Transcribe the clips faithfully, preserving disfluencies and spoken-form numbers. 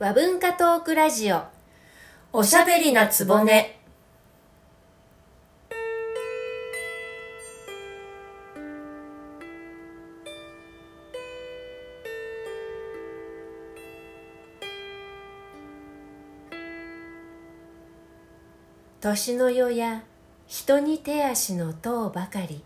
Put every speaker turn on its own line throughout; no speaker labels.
和文化トークラジオ
おしゃべりなつぼね。
年の世や人に手足の塔ばかり。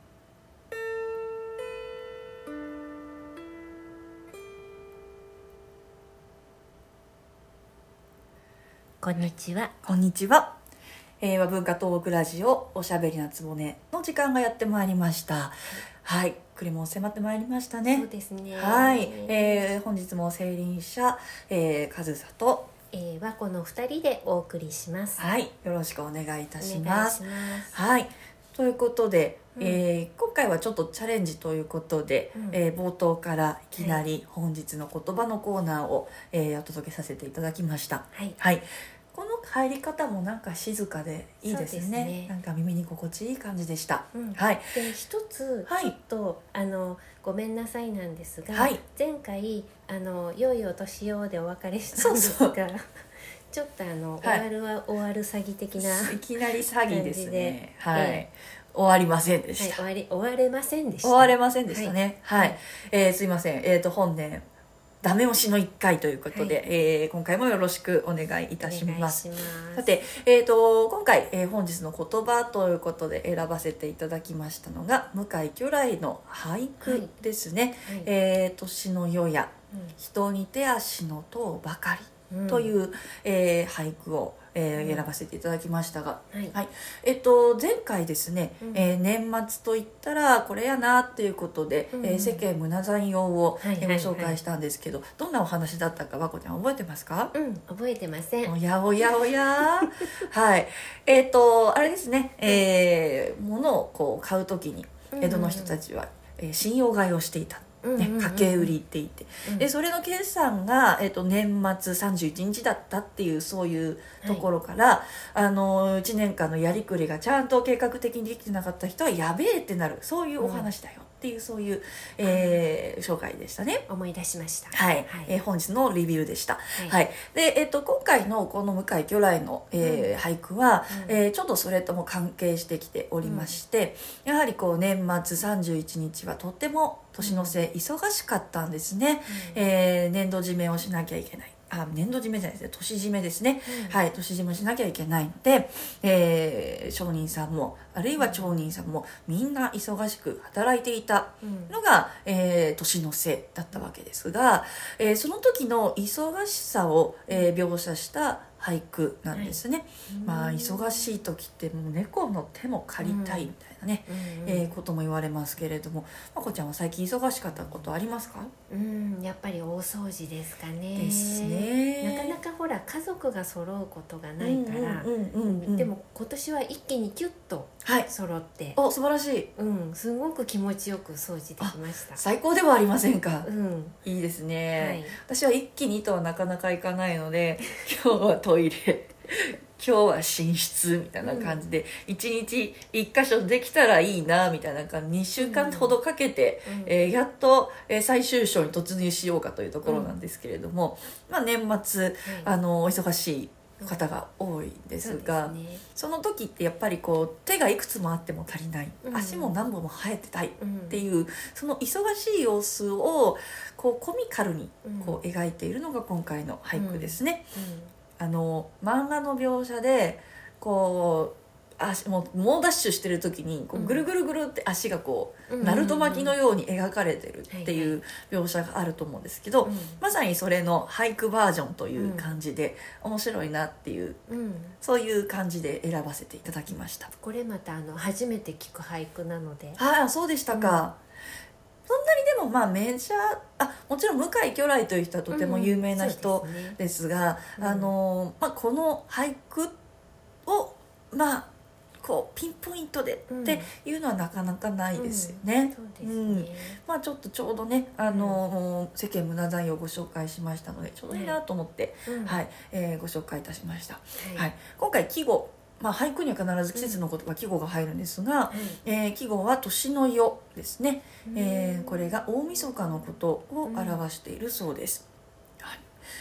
こんにちは。
こんにちは、えー、和文化トークラジオおしゃべりなつぼねの時間がやってまいりました。はい、暮れも迫ってまいりましたね。
そうですね。
はい、えー、本日も青林社、えー、和沙と、
えー、和子の二人でお送りします。
はい、よろしくお願いいたし
お願い
ます。
します。
はい、ということで、
うん
えー、今回はちょっとチャレンジということで、
うん
えー、冒頭からいきなり本日の言葉のコーナーを、えー、お届けさせていただきました。
はい。
はい、この入り方もなんか静かでいいですね。
そうですね。
なんか耳に心地いい感じでした。
うん、
はい。
で一つ
はい
ちょっと、あのごめんなさいなんですが、
はい
前回あの良いお年をでお別れしたんですが、
そうそう
ちょっとあの、
はい
終わるは終わる詐欺的な、
いきなり詐欺ですね。はい、
え
終わりませんで
はい、
した。
終わり終われませんでした。
終われませんでしたね。はい。
はい
えーすいません。えっ、と本年ダメ押しのいっかいということで、
はい
えー今回もよろしくお願いいたします。
お願いします。
さて、えー、と今回、えー本日の言葉ということで選ばせていただきましたのが向井巨来の俳句ですね。
はい
えー年の世や
うん
人に手足の塔ばかり
うん
という、えー俳句を、えー
うん
選ばせていただきましたが、
はい
はい、えっと前回ですね、
うん
えー年末といったらこれやなっていうことで、
うん
えー世間無駄残用を、
はいはいはい
えーご紹介したんですけど、どんなお話だったか和子ちゃん覚えてますか？
うん、覚えてません。
おやおやおやはい、えっ、とあれですね、えー物をこう買うときに江戸の人たちは、えー信用買いをしていた、ね、掛け売りって言って、
うん
でそれの決算が、えー、と年末さんじゅういちにちだったっていうそういうところから、あのいちねんかんのやりくりがちゃんと計画的にできてなかった人はやべえってなる、そういうお話だよっていう、そういう、えー紹介でしたね。
思い出しました。
はい、
はい
えー本日のレビューでした。
はい
はい、で、えっと今回のこの向井巨来の、えー俳句は、
うん
えーちょっとそれとも関係してきておりまして、やはりこう年末さんじゅういちにちはとっても年の瀬忙しかったんですね。えー年度締めをしなきゃいけない。あ、年度締めじゃないですね、年締めですね。
うん
はい、年締めしなきゃいけないので、えー商人さんもあるいは町人さんもみんな忙しく働いていた
うん
のが、えー年の瀬だったわけですが、えーその時の忙しさを、えー描写した俳句なんですね。まあ忙しい時ってもう猫の手も借りたいみたいなね、
うん
えーことも言われますけれども、まこちゃんは最近忙しかったことありますか？
うん、やっぱり大掃除ですかね。
ですね。
なかなかほら家族が揃うことがないから、
うんうんうんうん、
でも今年は一気にキュッと
はい、
揃って、
お素晴らしい、
うん、すごく気持ちよく掃除できました。
最高ではありませんか？
うん、
いいですね、
はい
私は一気にとはなかなかいかないので今日はトイレ今日は寝室みたいな感じで、うん、いちにちいっかしょできたらいいなみたいな感じにしゅうかんほどかけて、
うん
えーやっと、えー最終章に突入しようかというところなんですけれども、うんまあ、年末、
はい、
あのお忙しい方が多いんですが、
そうですね、
その時ってやっぱりこう手がいくつもあっても足りない、
うん
足も何本も生えてたいっ
うん
ていう、その忙しい様子をこうコミカルに
うん
こう描いているのが今回の俳句ですね。
う
あの漫画の描写でこう足もう猛ダッシュしてる時にこうぐるぐるぐるって足がこう、
うん
ナルト巻きのように描かれてるっていう描写があると思うんですけど、
ん
まさにそれの俳句バージョンという感じで面白いなっていう、
うん、
そういう感じで選ばせていただきました。
これまたあの初めて聞く俳句なので、
ああ、そうでしたか。そんなにでもまあメジャー、あ、もちろん向井巨来という人はとても有名な人
うんそうですね
ですが、
うん
あのまあ、この俳句をまあこうピンポイントでっていうのはなかなかないですよね。
そうですね、
うんまあ、ちょっとちょうどね、あの世間無駄残用をご紹介しましたのでちょうどいいなと思って、
うん
はいえーご紹介いたしました。
はい
はい、今回季語、まあ、俳句には必ず季節の言葉、季語が入るんですが、
はい
えー季語は年の世ですね、
うん
えーこれが大晦日のことを表しているそうです。はい、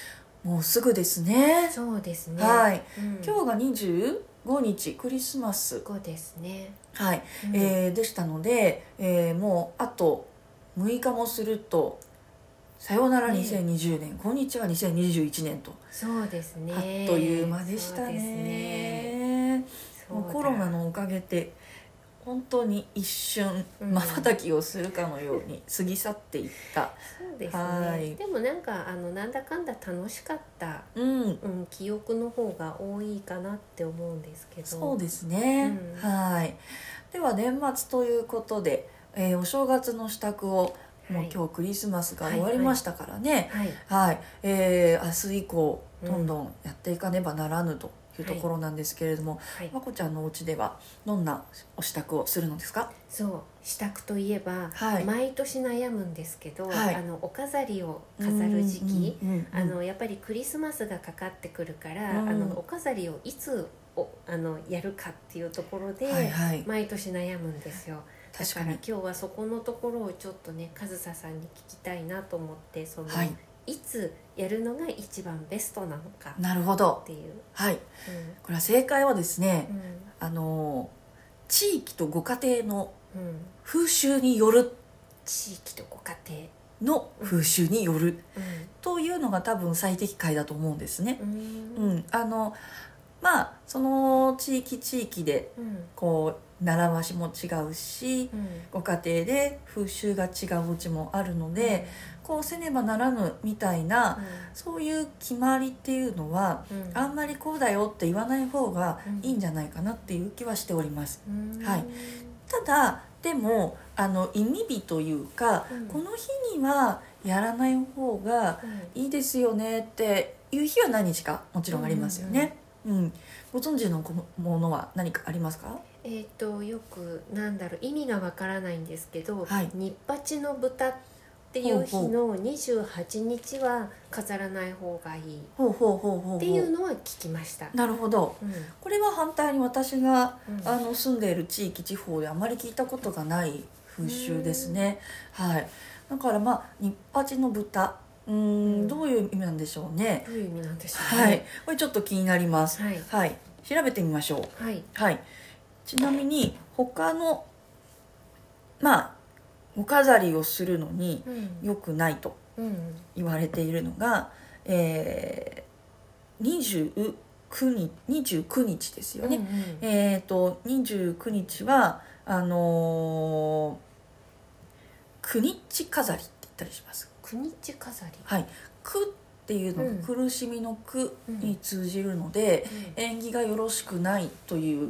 もうすぐですね。
そうですね。
はい、
うん、
今日がにじゅうごにちクリスマス、
そうですね。
はい、
うん、
えー、でしたので、えー、もうあとむいかもするとさよならにせんにじゅうねん、うん、こんにちはにせんにじゅういちねんと、
そうですね、
あっという間でしたね。
ね、
もうコロナのおかげで本当に一瞬まばたきをするかのように過ぎ去っていった、
そうですね。
はい、
でもなんかあのなんだかんだ楽しかった、
うん
うん、記憶の方が多いかなって思うんですけど。
そうですね、うん、はい。では年末ということで、えー、お正月の支度をもう今日クリスマスが終わりましたからね、
はい、
はいはい、えー、明日以降どんどんやっていかねばならぬというところなんですけれども、はい、まこちゃんのお家ではどんなお支度をするのですか？
そう支度といえば、はい、毎年悩むんですけど、はい、あのお飾りを飾る時期、あのやっぱりクリスマスがかかってくるから、うん、あのお飾りをいつおあのやるかっていうところで、はいはい、毎年悩むんですよ。だから今日はそこのところをちょっとね、上総さんに聞きたいなと思って、その、はい、いつやるのが一番ベストなのかっていう。
なるほど、はい、うん、これは正解はですね、うん、あの地域とご家庭の風習による、うん、
地域とご家
庭の風習による、うん、というのが多分最適解だと思うんですね。うん、うん、あのまあその地域地域でこう習わしも違うし、うん、ご家庭で風習が違うお家もあるので、うん、こうせねばならぬみたいな、うん、そういう決まりっていうのは、うん、あんまりこうだよって言わない方がいいんじゃないかなっていう気はしております、うん、はい。ただでもあの意味日というか、うん、この日にはやらない方がいいですよねっていう日は何日かもちろんありますよね、うんうんうん、ご存知のものは何かありますか？
えー、とよくなんだろう、意味がわからないんですけど、はい、ニッパチの豚っていう日のにじゅうはちにちは飾らない方がいいっていうのは聞きました。
なるほど、うん、これは反対に私が、うん、あの住んでいる地域地方であまり聞いたことがない風習ですね、はい。だからまあニッパチの豚、うーん、うん、どういう意味なんでしょうね。
どういう意味なんでしょうね、
はい、これちょっと気になります、
はい
はい、調べてみましょう。
はい、
はい、ちなみに他のまあお飾りをするのに良くないと言われているのが、うん、えー、にじゅうくにちにじゅうくにちですよね、うんうん、えーとにじゅうくにちはあのー、くにち飾りって言ったりします。
くにち飾り、
はい、くっていうのが苦しみのくに通じるので、うん、縁起がよろしくないという、うん、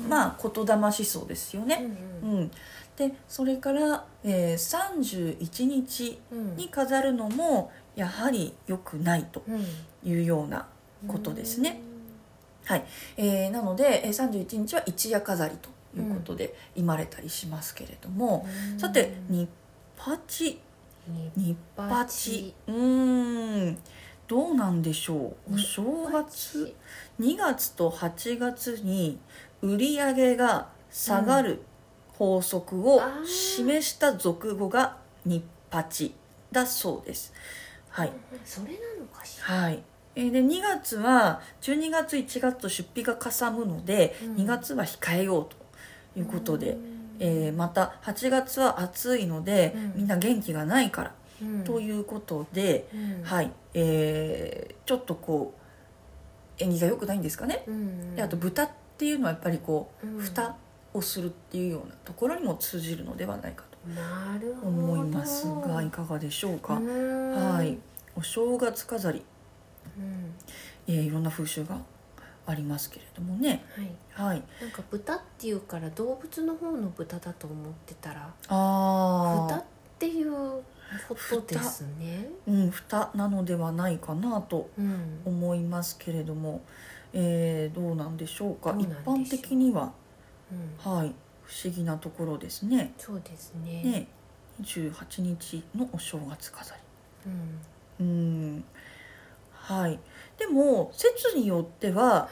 まあ言霊思想ですよね、うんうんうん、でそれから、えー、さんじゅういちにちに飾るのもやはり良くないというようなことですね、うん、はい、えー、なのでさんじゅういちにちは一夜飾りということで言われたりしますけれども、うん、さてニッパチニッパチ、うーん、どうなんでしょう。お正月にがつとはちがつに売り上げが下がる法則を示した俗語がニッパチだそうです、はい、
それなのかしら。
はい、でにがつはじゅうにがついちがつと出費がかさむので、うん、にがつは控えようということで、えー、またはちがつは暑いので、うん、みんな元気がないから、うん、ということで、うん、はい、えー、ちょっとこう縁起が良くないんですかね、うんうん、であと豚っていうのはやっぱりこう、うん、蓋をするっていうようなところにも通じるのではないかと思いますが、いかがでしょうか。はい、お正月飾り、うん、えー、いろんな風習がありますけれどもね、
はいはい、なんか豚っていうから動物の方の豚だと思ってたら、
あ
豚っていうことですね。
うん、蓋なのではないかなと思いますけれども、うん、えー、どうなんでしょうか。一般的には、うん、はい、不思議なところですね。
そうですね。
ね、にじゅうはちにちのお正月飾り、うん、うーん、はい。でも説によっては、はい、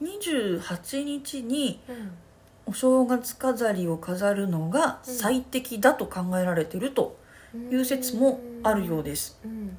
にじゅうはちにちにお正月飾りを飾るのが最適だと考えられているという説もあるようです、
うんうん、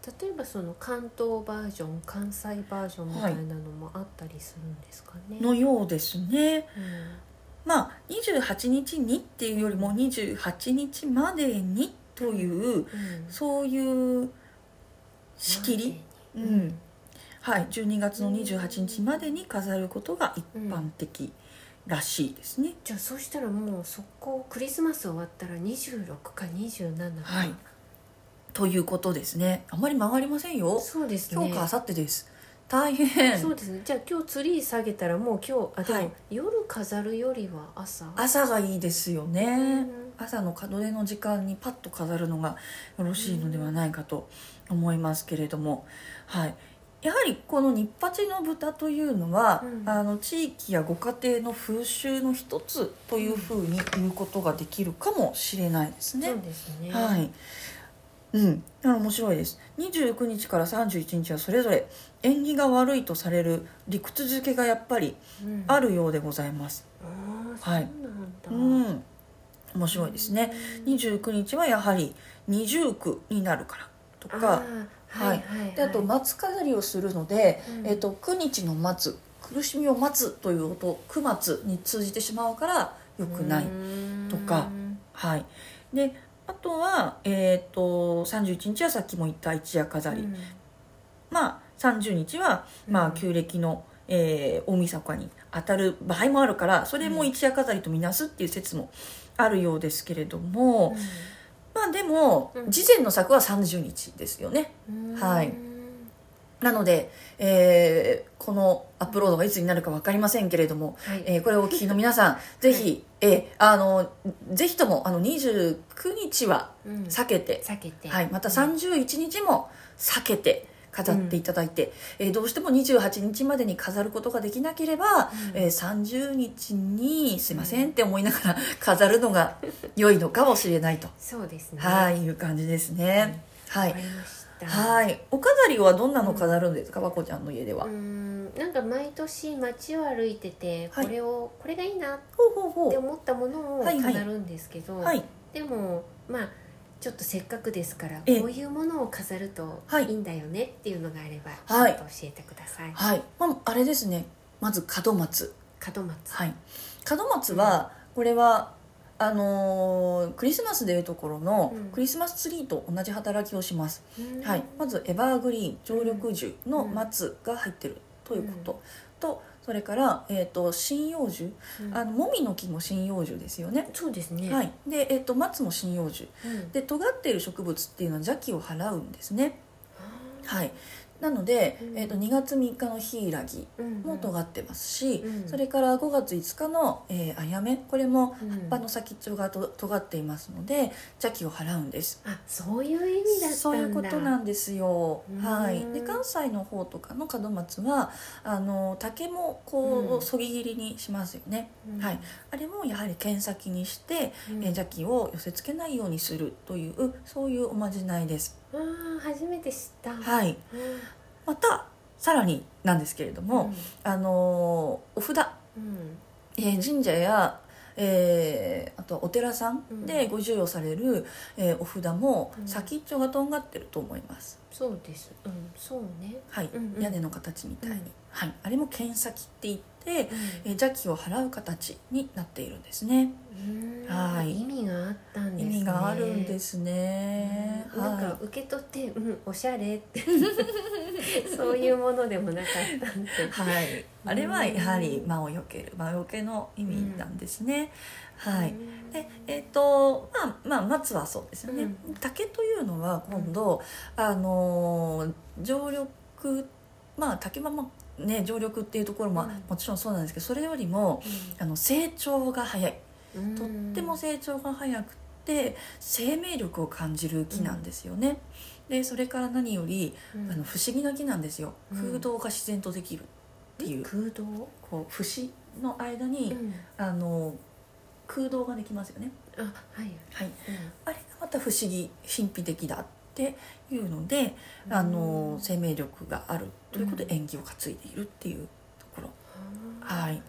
例えばその関東バージョン、関西バージョンみたいなのもあったりするんですかね。
のようですね、
うん、
まあにじゅうはちにちにっていうよりもにじゅうはちにちまでにという、うん、そういう仕切り、うん、はい、じゅうにがつのにじゅうはちにちまでに飾ることが一般的らしいですね、うん、
じゃあそうしたらもうそこクリスマス終わったらにじゅうろくかにじゅうななか、
はい、ということですね。あんまり曲がりませんよ。
そうですね、
今日か明後日です。大変。
そうですね。じゃあ今日ツリー下げたらもう今日あでも、はい、夜飾るよりは朝
朝がいいですよね、うん、朝の門出の時間にパッと飾るのがよろしいのではないかと思いますけれども、はい、やはりこのニッパチの豚というのは、うん、あの地域やご家庭の風習の一つというふうに言うことができるかもしれないですね。
そうですね、
はい、うん、面白いです。にじゅうくにちからさんじゅういちにちはそれぞれ縁起が悪いとされる理屈付けがやっぱりあるようでございます、
うん、ああ、
はい、
そうなんだ、
うん、面白いですね。にじゅうくにちはやはり二重苦になるからとか、
はいはいはい、
であと松飾りをするので、うん、えーと、くにちの松、苦しみを待つという音、九松に通じてしまうから良くないとか、はい、であとは、えー、とさんじゅういちにちはさっきも言った一夜飾り、うん、まあさんじゅうにちは、まあ、旧暦の、えー、大晦日に当たる場合もあるからそれも一夜飾りとみなすっていう説もあるようですけれども、うん、まあでも次前の作はさんじゅうにちですよね、うん、はい。なので、えー、このアップロードがいつになるか分かりませんけれども、はい、えー、これをお聞きの皆さんぜひ、はい、えー、あのぜひともあのにじゅうくにちは避けて、
うん、避けて、
はい、またさんじゅういちにちも避けて飾っていただいて、うん、えー、どうしてもにじゅうはちにちまでに飾ることができなければ、うん、えー、さんじゅうにちにすいませんって思いながら飾るのが良いのかもしれないと
そうですね、
はい、いう感じですね、うん、はい、
わかりました。
はい、お飾りはどんなの飾るんですか、和子ちゃんの家では。
うーん、なんか毎年街を歩いてて、はい、これをこれがいいなって思ったものを飾るんですけど、はいはい、でもまあちょっとせっかくですからこういうものを飾るといいんだよねっていうのがあればちょっと教えてください。
はい、まあ、あれですね、まず門松。
門松、
はい、門松は、うん、これはあのー、クリスマスでいうところのクリスマスツリーと同じ働きをします、うん、はい、まずエバーグリーン常緑樹の松が入ってるということ、うん、とそれから、えー、と針葉樹、うん、あのもみの木も針葉樹ですよね。
そうですね、
はい、で、えー、と松も針葉樹、うん、で尖っている植物っていうのは邪気を払うんですね。はい、なので、うん、えー、とにがつみっかのヒイラギも尖ってますし、うんうん、それからごがついつかの、えー、アヤメ、これも葉っぱの先っちょがと尖っていますので邪気を払うんです。
あ、そういう意味だったんだ。
そういうことなんですよ、はい、で関西の方とかの門松はあの竹もこう、うん、そぎ切りにしますよね、うん、はい、あれもやはり剣先にして、うん、えー、邪気を寄せ付けないようにするというそういうおまじないです。
あ、初めて知った。
はい、うん、またさらになんですけれども、うん、あのお札、うん、えー、神社や、えー、あとお寺さんでご授与される、うん、えー、お札も先っちょがとんがってると思います、
うん、そうです、うん、そうね、
はい、うんうん、屋根の形みたいに、うん、はい、あれも剣先って言って、うん、えー、邪気を払う形になっているんですね。
はい、意味があったんですね。
意味があるんですね、
うん、なんか受け取って、うん、おしゃれってそういうものでもなかったんで、
はい、あれはやはり魔をよける魔除けの意味なんですね、うん、はい、でえっ、ー、とまあまあ松はそうですよね、うん、竹というのは今度、うん、あの常緑、まあ竹はまあね常緑っていうところももちろんそうなんですけど、それよりも、うん、あの成長が早い、とっても成長が早くて生命力を感じる木なんですよね、うん、でそれから何より、うん、あの不思議な木なんですよ、うん、空洞が自然とできるっていう、
空洞、
こう節の間に、うん、あの空洞ができますよね。
あ、はい、
はい、うん、あれがまた不思議神秘的だっていうので、うん、あの生命力があるということで縁起を担いでいるっていうところ、うん、はい、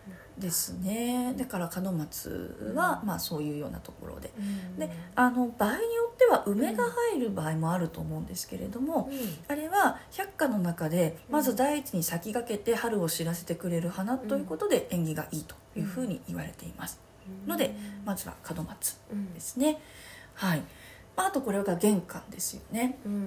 ですね。だから門松は、うん、まあそういうようなところで、うん、であの場合によっては梅が入る場合もあると思うんですけれども、うん、あれは百花の中でまず第一に先駆けて春を知らせてくれる花ということで縁起がいいというふうに言われています、うん、のでまずは門松ですね、うん、はい、まあ、あとこれが玄関ですよね、うん、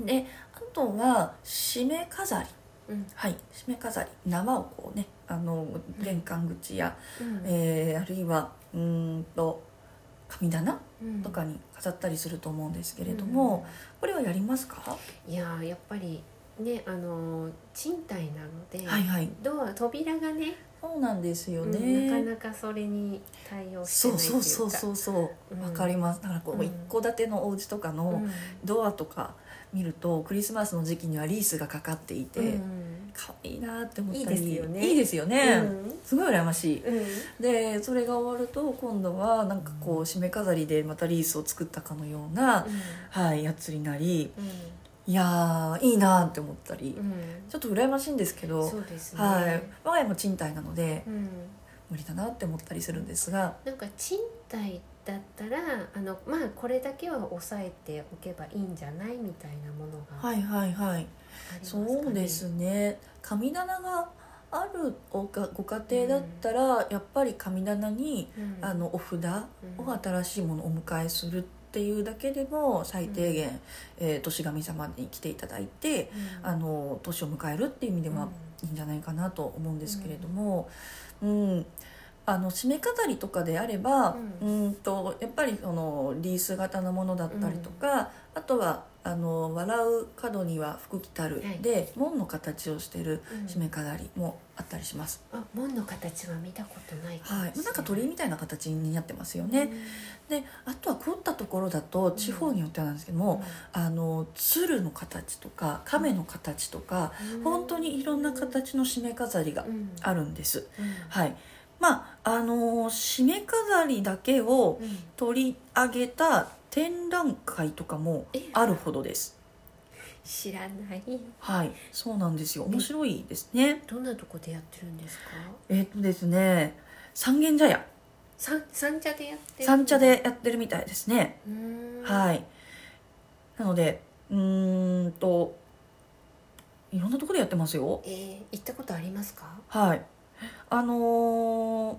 であとは締め飾り、うん、はい、締め飾り、縄をこうね、あの玄関口や、うん、えー、あるいはうーんと神棚、うん、とかに飾ったりすると思うんですけれども、うん、これはやりますか？
いややっぱりね、あの賃貸なので、
はいはい、
ドア扉がね、
そうなんですよね、
うん、なかなかそれに対応してないというか、
そうそうそうそうわ、うん、かります。だからこう、うん、一戸建てのお家とかのドアとか見ると、クリスマスの時期にはリースがかかっていて、うん、可愛いなって思ったり、いいですよね、いいですよね、うん、すごい羨ましい、うん、でそれが終わると今度はなんかこう締め飾りでまたリースを作ったかのような、うん、はい、やつになり、うん、いやいいなって思ったり、うん、ちょっと羨ましいんですけど、
そうですね、
はい、我が家も賃貸なので、うん、無理だなって思ったりするんですが、
なんか賃貸だったらあの、まあ、これだけは抑えておけばいいんじゃないみたいなものが、
はいはいはい、そうですね、神棚があるご家庭だったら、うん、やっぱり神棚に、うん、あのお札を新しいものをお迎えするっていうだけでも最低限、うん、えー、年神様に来ていただいて、うん、あの年を迎えるっていう意味ではいいんじゃないかなと思うんですけれども、うん、うん、あの締め飾りとかであれば、うん、うんとやっぱりそのリース型のものだったりとか、うん、あとはあの笑う角には福来たるで、はい、門の形をしている締め飾りもあったりします、
うん、あ、門の形は見たことないかもしれない、
はい、なんか鳥みたいな形になってますよね、うん、であとは凝ったところだと地方によってはなんですけども、うん、あの鶴の形とか亀の形とか、うん、本当にいろんな形の締め飾りがあるんです、うんうん、はい、まああの締め飾りだけを取り上げた展覧会とかもあるほどです。
知らない。
はい、そうなんですよ。面白いですね。
どんなとこでやってるんですか？
えっとですね、三軒茶屋。
三三茶でやってる。
三茶でやってるみたいですね。はい。なので、うーんといろんなところでやってますよ。
えー、行ったことありますか？
はい。あのー。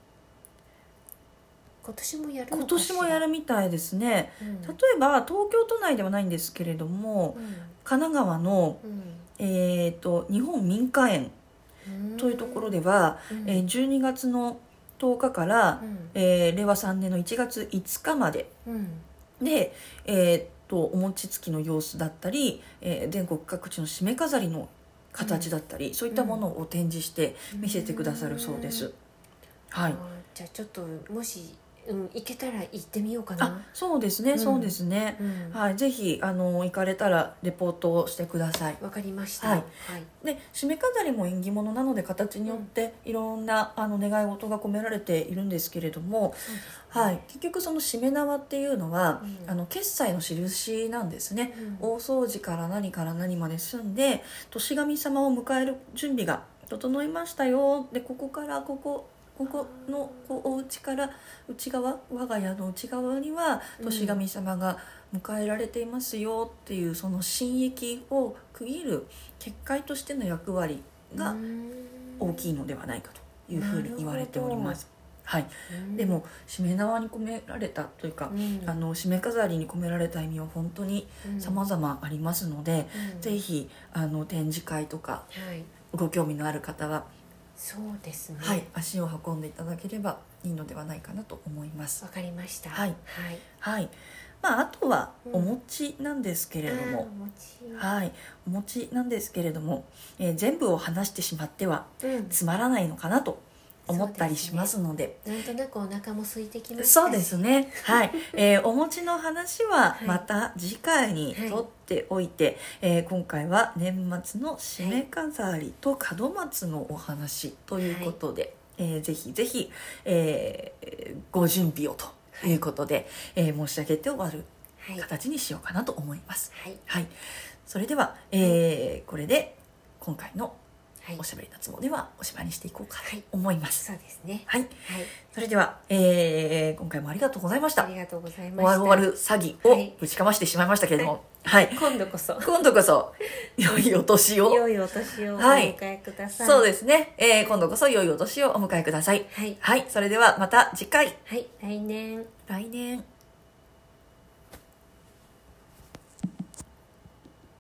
今年もやるのかしら？
今年もやるみたいですね、うん、例えば東京都内ではないんですけれども、うん、神奈川の、うん、えー、と日本民家園というところでは、うん、えー、じゅうにがつのとおかから、うん、えー、れいわさんねんのいちがついつかまで、うん、で、えー、とお餅つきの様子だったり、えー、全国各地の締め飾りの形だったり、うん、そういったものを展示して見せてくださるそうです、うん、はい。
じゃあちょっともしうん、行けたら行ってみようかな。
あ、そうですね、うん、そうですね、うん、はい、ぜひあの行かれたらレポートをしてください。
わかりました、
はい、はい、で締め飾りも縁起物なので形によっていろんな、うん、あの願い事が込められているんですけれども、ね、はい、結局その締め縄っていうのは、うん、あの決済の印なんですね、うん、大掃除から何から何まで済んで年神様を迎える準備が整いましたよ、でここからここここのこうお家から内側、我が家の内側には年神様が迎えられていますよっていう、その神域を区切る結界としての役割が大きいのではないかというふうに言われております。はい、でも締め縄に込められたというか、うん、あの締め飾りに込められた意味は本当に様々ありますので、うん、ぜひあの展示会とか、はい、ご興味のある方は
そうですね、
はい、足を運んでいただければいいのではないかなと思います。
わかりました。
はい、はいはい、まあ、あとはお餅なんですけれども、うん、お餅、はい、お餅なんですけれども、えー、全部を話してしまってはつまらないのかなと思ったりしますので、
うん、なんとなくお腹も空いてきましたし、
そうですね、はい、えー、お餅の話はまた次回にとっておいて、はい、えー、今回は年末の締め飾りと門松のお話ということで、はい、えー、ぜひぜひ、えー、ご準備をということで、はい、えー、申し上げて終わる形にしようかなと思います。はい、はい、それでは、えー、これで今回の
はい、
おしゃべりのつもではおしまいにしていこうかと思います。
はい、そうですね。
はい。
はい、
それでは、えー、今回もありがとうございました。
ありがとうございました。
終わる終わる詐欺をぶちかましてしまいましたけれども、はい。はい、
今度こそ。
今度こそ、良いお年を。
良いお年をお迎えください。
はい、そうですね。えー、今度こそ良いお年をお迎えください。
はい。
はい。それではまた次回。
はい。来年。
来年。